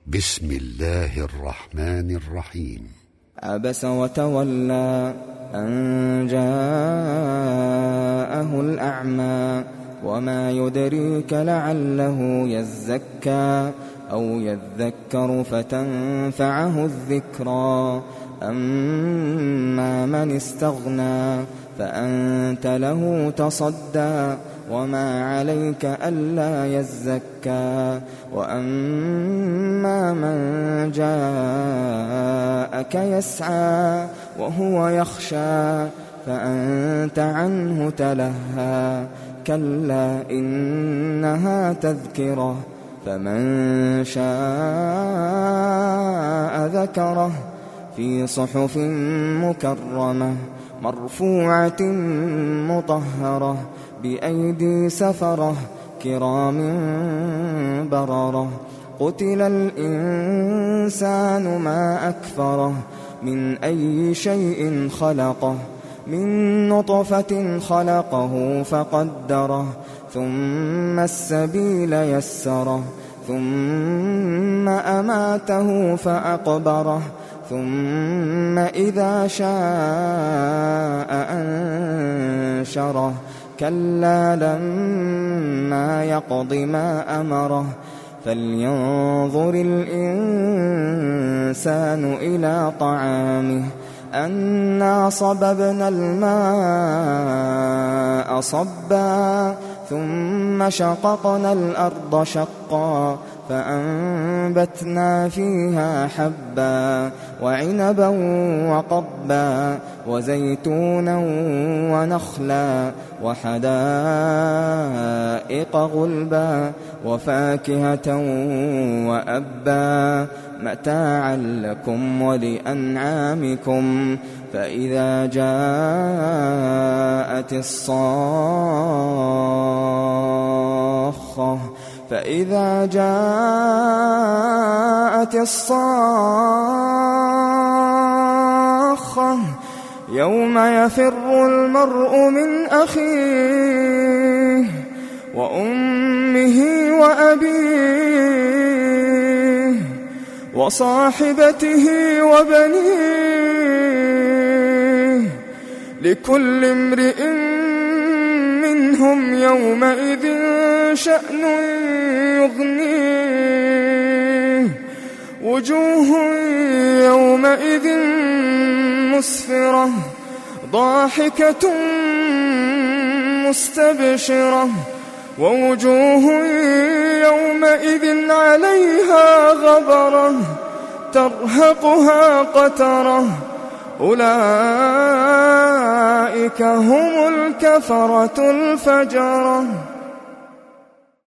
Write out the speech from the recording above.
بسم الله الرحمن الرحيم. عبس وتولى أن جاءه الأعمى وما يدريك لعله يزكى أو يذكر فتنفعه الذكرى أما من استغنى فأنت له تصدى وما عليك ألا يزكى وأما من جاءك يسعى وهو يخشى فأنت عنه تلهى كلا إنها تذكرة فمن شاء ذكره في صحف مكرمة مرفوعة مطهرة بأيدي سفرة كرام بررة قتل الإنسان ما أكفره من أي شيء خلقه من نطفة خلقه فقدره ثم السبيل يسره ثم أماته فأقبره ثم إذا شاء أنشره كلا لما يقض ما أمره فلينظر الإنسان إلى طعامه أنا صببنا الماء صبا ثم شققنا الأرض شقا فأنبتنا فيها حبا وعنبا وقبا وزيتونا ونخلا وحدائق غلبا وفاكهة وأبا متاعا لكم ولأنعامكم فإذا جاءت الصاخة يوم يفر المرء من أخيه وأمه وأبيه وصاحبته وبنيه لكل امرئ منهم يومئذ شأن يغنيه وجوه يومئذ مسفرة ضاحكة مستبشرة ووجوه يومئذ عليها غبرة ترهقها قترة أولئك هم الكفرة الفجرة.